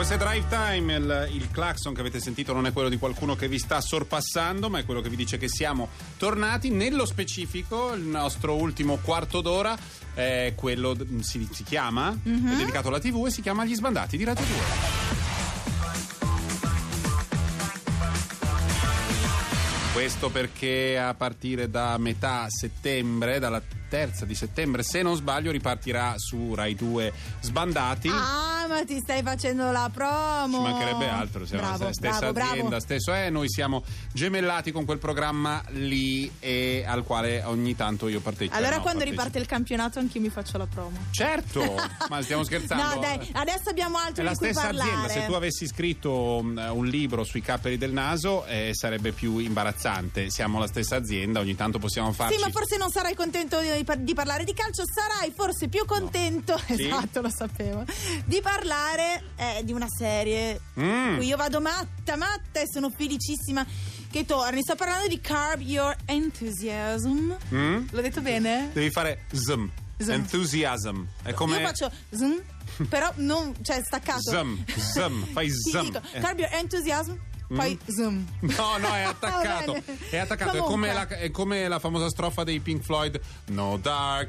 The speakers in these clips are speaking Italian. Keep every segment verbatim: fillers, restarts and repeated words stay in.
Questo è Drive Time, il, il clacson che avete sentito non è quello di qualcuno che vi sta sorpassando, ma è quello che vi dice che siamo tornati. Nello specifico, il nostro ultimo quarto d'ora è quello, si, si chiama, mm-hmm. è dedicato alla tivù e si chiama Gli Sbandati di Radio due. Questo perché a partire da metà settembre, dalla terza di settembre, se non sbaglio, ripartirà su Rai due Sbandati. Ah, ma ti stai facendo la promo. Ci mancherebbe altro, siamo bravo, la stessa bravo, azienda, bravo. stesso è, noi siamo gemellati con quel programma lì e al quale ogni tanto io partecipo. Allora no, quando partecipo. riparte il campionato anch'io mi faccio la promo. Certo, ma stiamo scherzando. No dai, adesso abbiamo altro È di la cui stessa parlare. azienda, se tu avessi scritto um, un libro sui capperi del naso eh, sarebbe più imbarazzante. Siamo la stessa azienda, ogni tanto possiamo farci. Sì, ma forse non sarai contento di, di parlare di calcio, sarai forse più contento, no. Sì? Esatto, lo sapevo, di parlare eh, di una serie Mm. in cui io vado matta, matta e sono felicissima che torni. Sto parlando di Curb Your Enthusiasm. Mm? L'ho detto bene? Devi fare zoom, Zoom. enthusiasm. È come Io faccio zoom, però non, cioè staccato. zoom, zoom, fai Ti zoom. dico, Eh. Curb Your Enthusiasm. Poi zoom. No, no, è attaccato. Va bene. È attaccato. È come, la, è come la famosa strofa dei Pink Floyd. No dark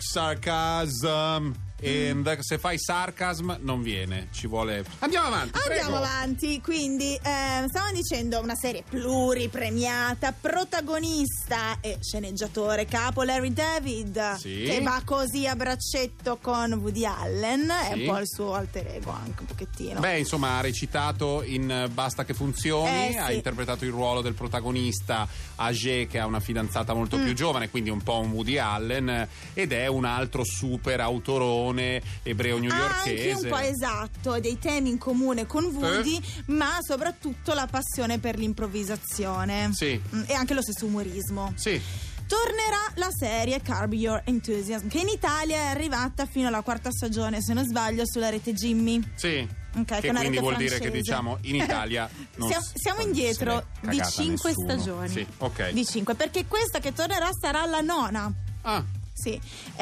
sarcasm. E mm. se fai sarcasm non viene. Ci vuole. Andiamo avanti. Andiamo prego. avanti, quindi eh, stavamo dicendo una serie pluripremiata, protagonista e sceneggiatore capo Larry David, Sì. che va così a braccetto con Woody Allen, Sì. è un po' il suo alter ego anche un pochettino. Beh, insomma, ha recitato in Basta che funzioni, Eh, ha sì. interpretato il ruolo del protagonista Ajay, che ha una fidanzata molto Mm. più giovane, quindi un po' un Woody Allen, ed è un altro super autorone ebreo Ha newyorkese. anche un po' esatto dei temi in comune con Woody, Eh? ma soprattutto la passione per l'improvvisazione. Sì. Mm, e anche lo stesso umorismo. Sì. Tornerà la serie Curb Your Enthusiasm, che in Italia è arrivata fino alla quarta stagione, se non sbaglio, sulla rete Jimmy. Sì. Ok, Che una quindi rete vuol francese. dire che, diciamo, in Italia non siamo, s- siamo non indietro se l'è di cagata cinque nessuno. stagioni. Sì, ok. Di cinque, perché questa che tornerà sarà la nona. Ah, Sì,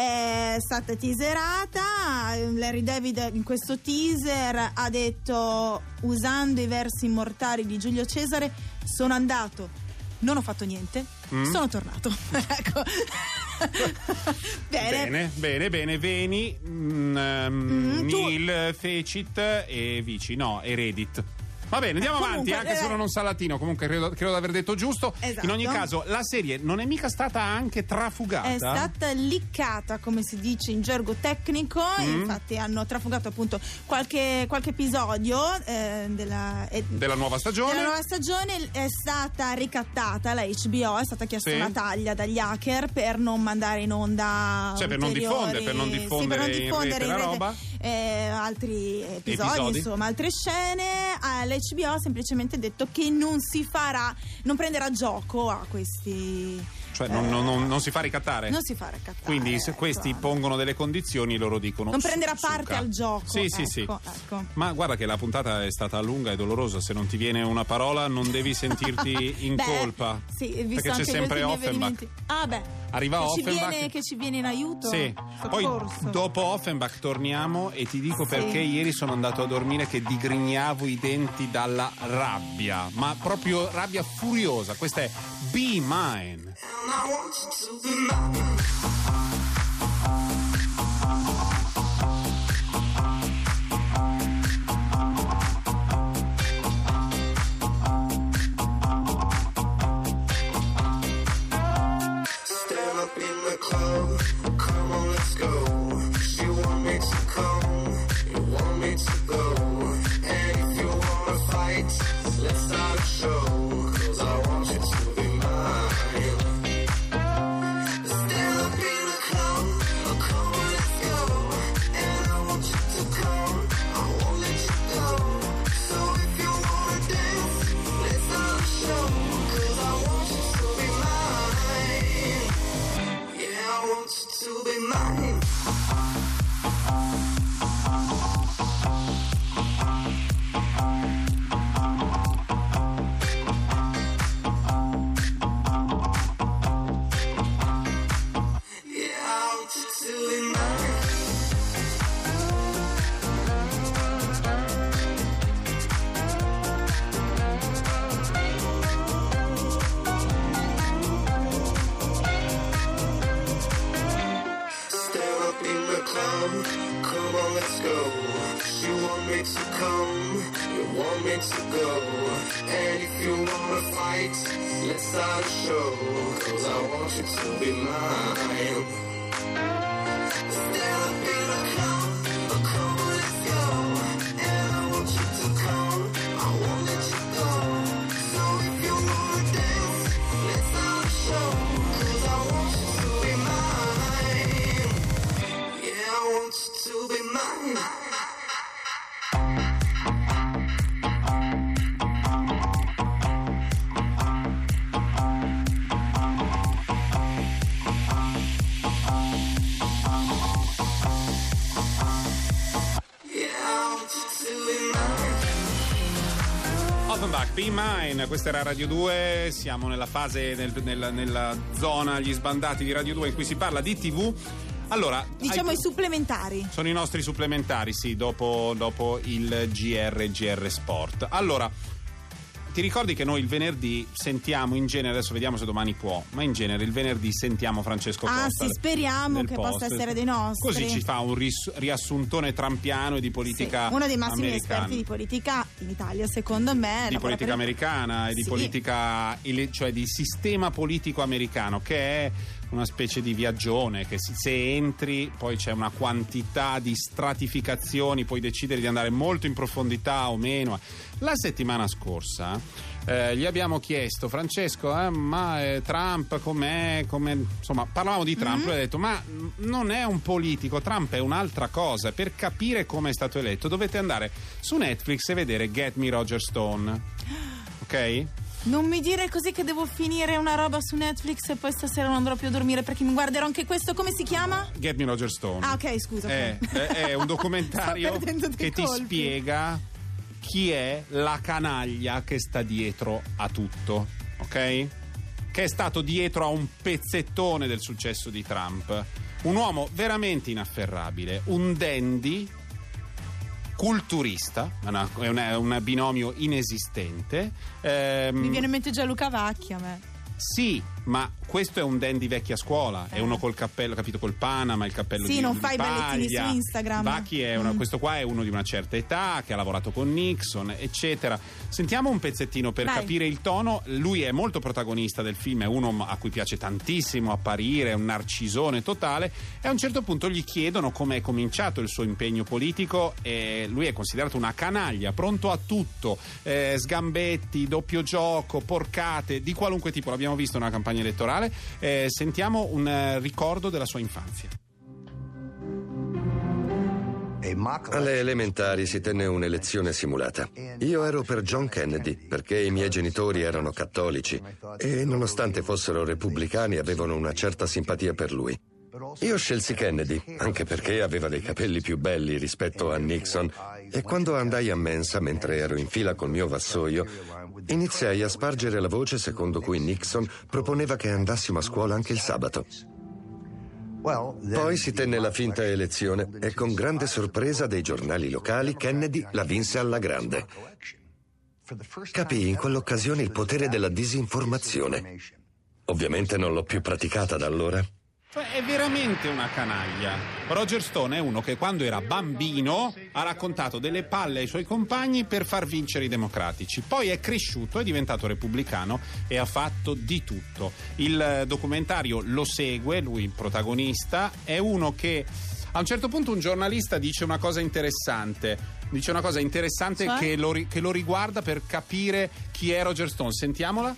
è stata teaserata. Larry David in questo teaser ha detto, usando i versi immortali di Giulio Cesare: sono andato, non ho fatto niente, Mm. sono tornato. Ecco. Bene. bene, bene, bene. Veni, mm, um, Mm, tu- Nil, Fecit e Vici. No, Eredit. Va bene, andiamo Comunque, avanti, anche se eh, uno non sa latino. Comunque credo, credo di aver detto giusto. Esatto. In ogni caso, la serie non è mica stata anche trafugata? È stata liccata, come si dice in gergo tecnico. Mm. Infatti hanno trafugato appunto qualche, qualche episodio eh, della, eh, Della nuova stagione? della nuova stagione. È stata ricattata, la H B O è stata chiesta Sì. una taglia dagli hacker per non mandare in onda Cioè, per non ulteriori- diffondere, per non sì, diffondere per non in diffondere rete la rete, roba? eh, altri episodi, Episodi. insomma altre scene. Ah, l'H B O ha semplicemente detto che non si farà, non prenderà gioco a questi. Cioè non, non- non- non si fa ricattare? Non si fa ricattare. Quindi se ecco. questi pongono delle condizioni, loro dicono Non prenderà su- parte suca. al gioco. Sì, sì, sì. ecco, ecco. Ma guarda che la puntata è stata lunga e dolorosa. Se non ti viene una parola non devi sentirti in Beh, colpa. Sì, visto perché c'è anche gli sempre ultimi Offenbach. avvenimenti. Ah, beh. Arriva che ci, Offenbach. viene, che ci viene in aiuto. Sì, poi Soccorso. dopo Offenbach torniamo e ti dico Sì. perché ieri sono andato a dormire che digrignavo i denti dalla rabbia, ma proprio rabbia furiosa. Questa è Be Mine. And I want you to be mine. Stand up in the club, come on, let's go. She want me to come, you want me to go. And if you wanna fight, let's start a show. 'Cause I want you to be mine. Stand up in the club, come on, let's go. And I want you to come, I won't let you go. So if you wanna dance, let's start a show. 'Cause I want you to be mine. Yeah, I want you to be mine. Yeah, I want you to be mine. down. Come on, let's go. You want me to come, you want me to go. And if you wanna fight, let's start a show. Cause I want you to be mine. Stand up in a come, oh, come on, let's go. And I want you to come, I won't let you go. So if you wanna dance, let's start a show. Cause I want you to be mine. Yeah, I want you to be mine. Offenbach, Be Mine, questa era Radio due, siamo nella fase, nel, nella, nella zona, gli sbandati di Radio due in cui si parla di tivù. Allora, diciamo hai... i supplementari. Sono i nostri supplementari, sì, dopo, dopo il G R G R Sport. Allora, ti ricordi che noi il venerdì sentiamo in genere, adesso vediamo se domani può, ma in genere il venerdì sentiamo Francesco Costa. Ah sì, speriamo che post. possa essere dei nostri. Così ci fa un ris- riassuntone trampiano e di politica sì, uno dei massimi americana. esperti di politica in Italia, secondo me. Di politica per... americana e di sì. politica, cioè di sistema politico americano, che è una specie di viaggione che se entri poi c'è una quantità di stratificazioni, puoi decidere di andare molto in profondità o meno. La settimana scorsa eh, gli abbiamo chiesto, Francesco, eh, ma eh, Trump com'è, com'è? Insomma, parlavamo di Trump, mm-hmm. lui ha detto ma non è un politico, Trump è un'altra cosa. Per capire come è stato eletto dovete andare su Netflix e vedere Get Me Roger Stone, ok? Non mi dire così che devo finire una roba su Netflix e poi stasera non andrò più a dormire perché mi guarderò anche questo. Come si chiama? Get Me Roger Stone. Ah, ok, scusa. È, è, è un documentario che ti colpi. spiega chi è la canaglia che sta dietro a tutto, ok? Che è stato dietro a un pezzettone del successo di Trump. Un uomo veramente inafferrabile, un dandy culturista, è un binomio inesistente. Ehm, Mi viene in mente Gianluca Vacchi a me. Sì, ma questo è un dandy vecchia scuola, eh. è uno col cappello, capito, col Panama, il cappello sì, di Sì, non di fai paglia. bellettini su Instagram. Vacchi è una, mm. questo qua è uno di una certa età, che ha lavorato con Nixon, eccetera. Sentiamo un pezzettino per Vai. capire il tono. Lui è molto protagonista del film, è uno a cui piace tantissimo apparire, è un narcisone totale, e a un certo punto gli chiedono come è cominciato il suo impegno politico e lui è considerato una canaglia, pronto a tutto, eh, sgambetti, doppio gioco, porcate di qualunque tipo. L'abbiamo visto nella campagna elettorale. Eh, sentiamo un eh, ricordo della sua infanzia. Alle elementari si tenne un'elezione simulata. Io ero per John Kennedy perché i miei genitori erano cattolici e nonostante fossero repubblicani avevano una certa simpatia per lui. Io scelsi Kennedy anche perché aveva dei capelli più belli rispetto a Nixon e quando andai a mensa mentre ero in fila col mio vassoio iniziai a spargere la voce secondo cui Nixon proponeva che andassimo a scuola anche il sabato. Poi si tenne la finta elezione e con grande sorpresa dei giornali locali Kennedy la vinse alla grande. Capii in quell'occasione il potere della disinformazione. Ovviamente non l'ho più praticata da allora. È veramente una canaglia. Roger Stone è uno che quando era bambino ha raccontato delle palle ai suoi compagni per far vincere i democratici. Poi è cresciuto, è diventato repubblicano e ha fatto di tutto. Il documentario lo segue, lui il protagonista, è uno che a un certo punto un giornalista dice una cosa interessante. Dice una cosa interessante cioè? che, lo, che lo riguarda per capire chi è Roger Stone. Sentiamola.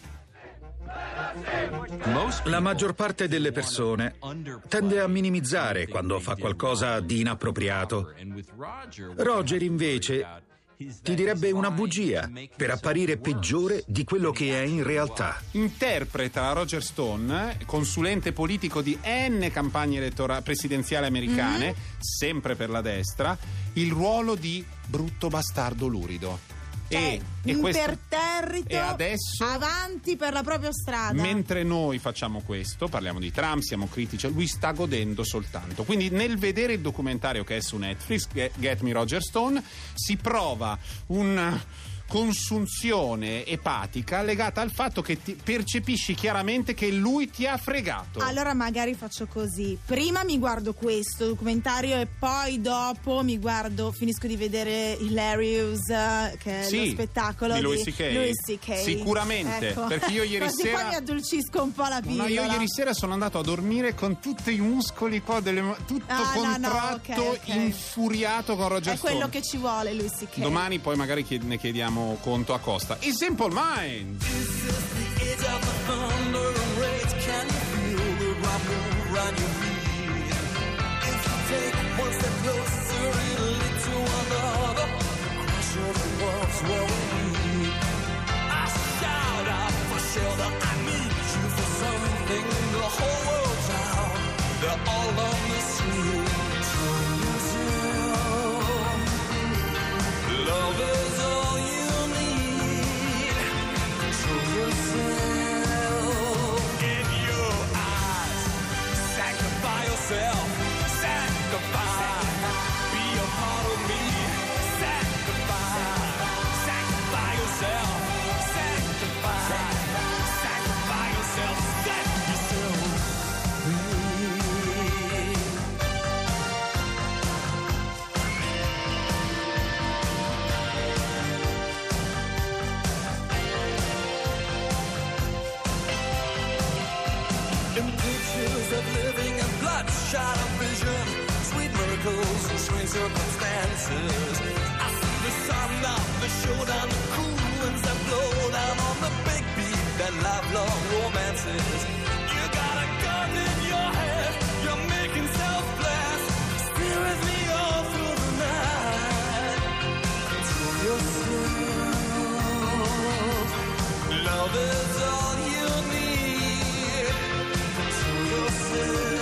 La maggior parte delle persone tende a minimizzare quando fa qualcosa di inappropriato. Roger invece ti direbbe una bugia per apparire peggiore di quello che è in realtà. Interpreta Roger Stone, consulente politico di N campagne elettorali presidenziali americane, mm-hmm. sempre per la destra, il ruolo di brutto bastardo lurido. Cioè, E, e questo, imperterrito, e adesso, avanti per la propria strada. Mentre noi facciamo questo, parliamo di Trump, siamo critici, lui sta godendo soltanto. Quindi nel vedere il documentario che è su Netflix, Get Me Roger Stone, si prova un, consunzione epatica legata al fatto che ti percepisci chiaramente che lui ti ha fregato. Allora magari faccio così: prima mi guardo questo documentario e poi dopo mi guardo, finisco di vedere Hilarious, che è sì, lo spettacolo di Louis di C K. Louis C K. Sicuramente, ecco. perché io ieri Così sera poi mi addolcisco un po' la pillola. No, io ieri sera sono andato a dormire con tutti i muscoli qua delle, tutto Ah, no, no, contratto, ok, ok. infuriato con Roger È quello Stone. che ci vuole Louis C K. Domani poi magari chied- ne chiediamo conto a Costa. I Simple Minds. Shot of vision, sweet miracles and strange circumstances. I see the sun up, the showdown, the cool winds that blow down on the big beat and lifelong romances. You got a gun in your head, you're making self-blast, stay with me all through the night. Control yourself, love is all you need. Control yourself.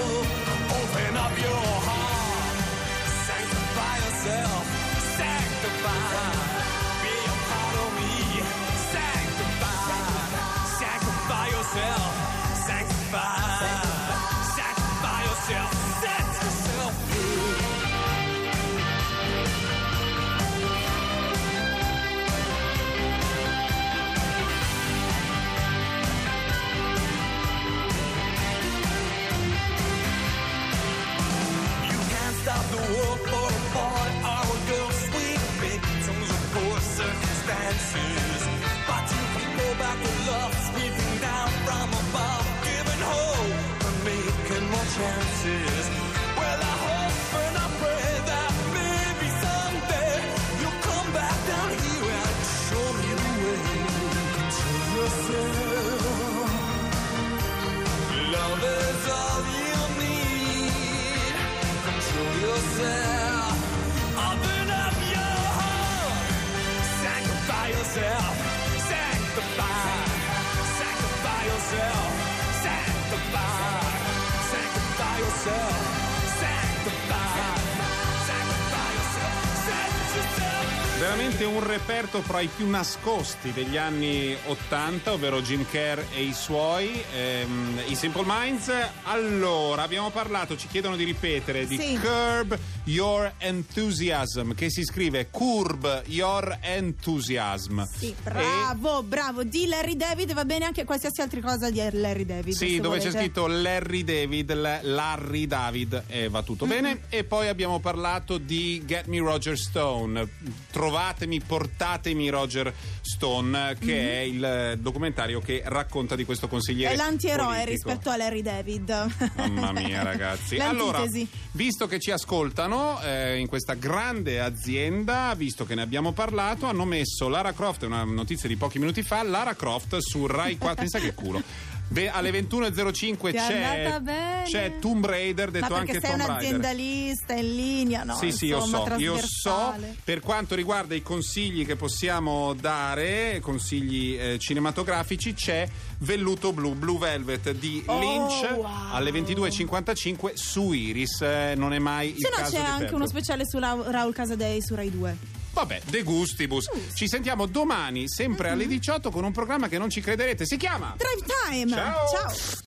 Veramente un reperto fra i più nascosti degli anni ottanta, ovvero Jim Kerr e i suoi, ehm, i Simple Minds. Allora, abbiamo parlato, ci chiedono di ripetere, di Sì. Curb Your Enthusiasm, che si scrive Curb Your Enthusiasm. Sì, bravo, E... bravo. Di Larry David, va bene anche qualsiasi altra cosa di Larry David. Sì, se dove volete. c'è scritto Larry David, l- Larry David, e va tutto mm-hmm. bene. E poi abbiamo parlato di Get Me Roger Stone. Trovatemi, portatemi Roger Stone, che mm-hmm. è il documentario che racconta di questo consigliere. È l'antieroe politico. rispetto a Larry David. Mamma mia, ragazzi. Allora, visto che ci ascoltano eh, in questa grande azienda, visto che ne abbiamo parlato, hanno messo Lara Croft, è una notizia di pochi minuti fa, Lara Croft su Rai quattro, pensa che culo. Beh, alle ventuno e zero cinque c'è, c'è Tomb Raider, detto Ma anche sei Tomb un Raider. aziendalista in linea, no? Sì, sì, io Insomma, so, io so. trasversale. Per quanto riguarda i consigli che possiamo dare, consigli eh, cinematografici, c'è Velluto Blu, Blue Velvet di Oh, Lynch wow. alle ventidue e cinquantacinque su Iris. Eh, non è mai il Se no caso c'è di anche perderlo. uno speciale su Ra- Raul Casadei su Rai due. Vabbè, De Gustibus. Ci sentiamo domani, sempre alle diciotto, con un programma che non ci crederete. Si chiama Drive Time. Ciao. Ciao.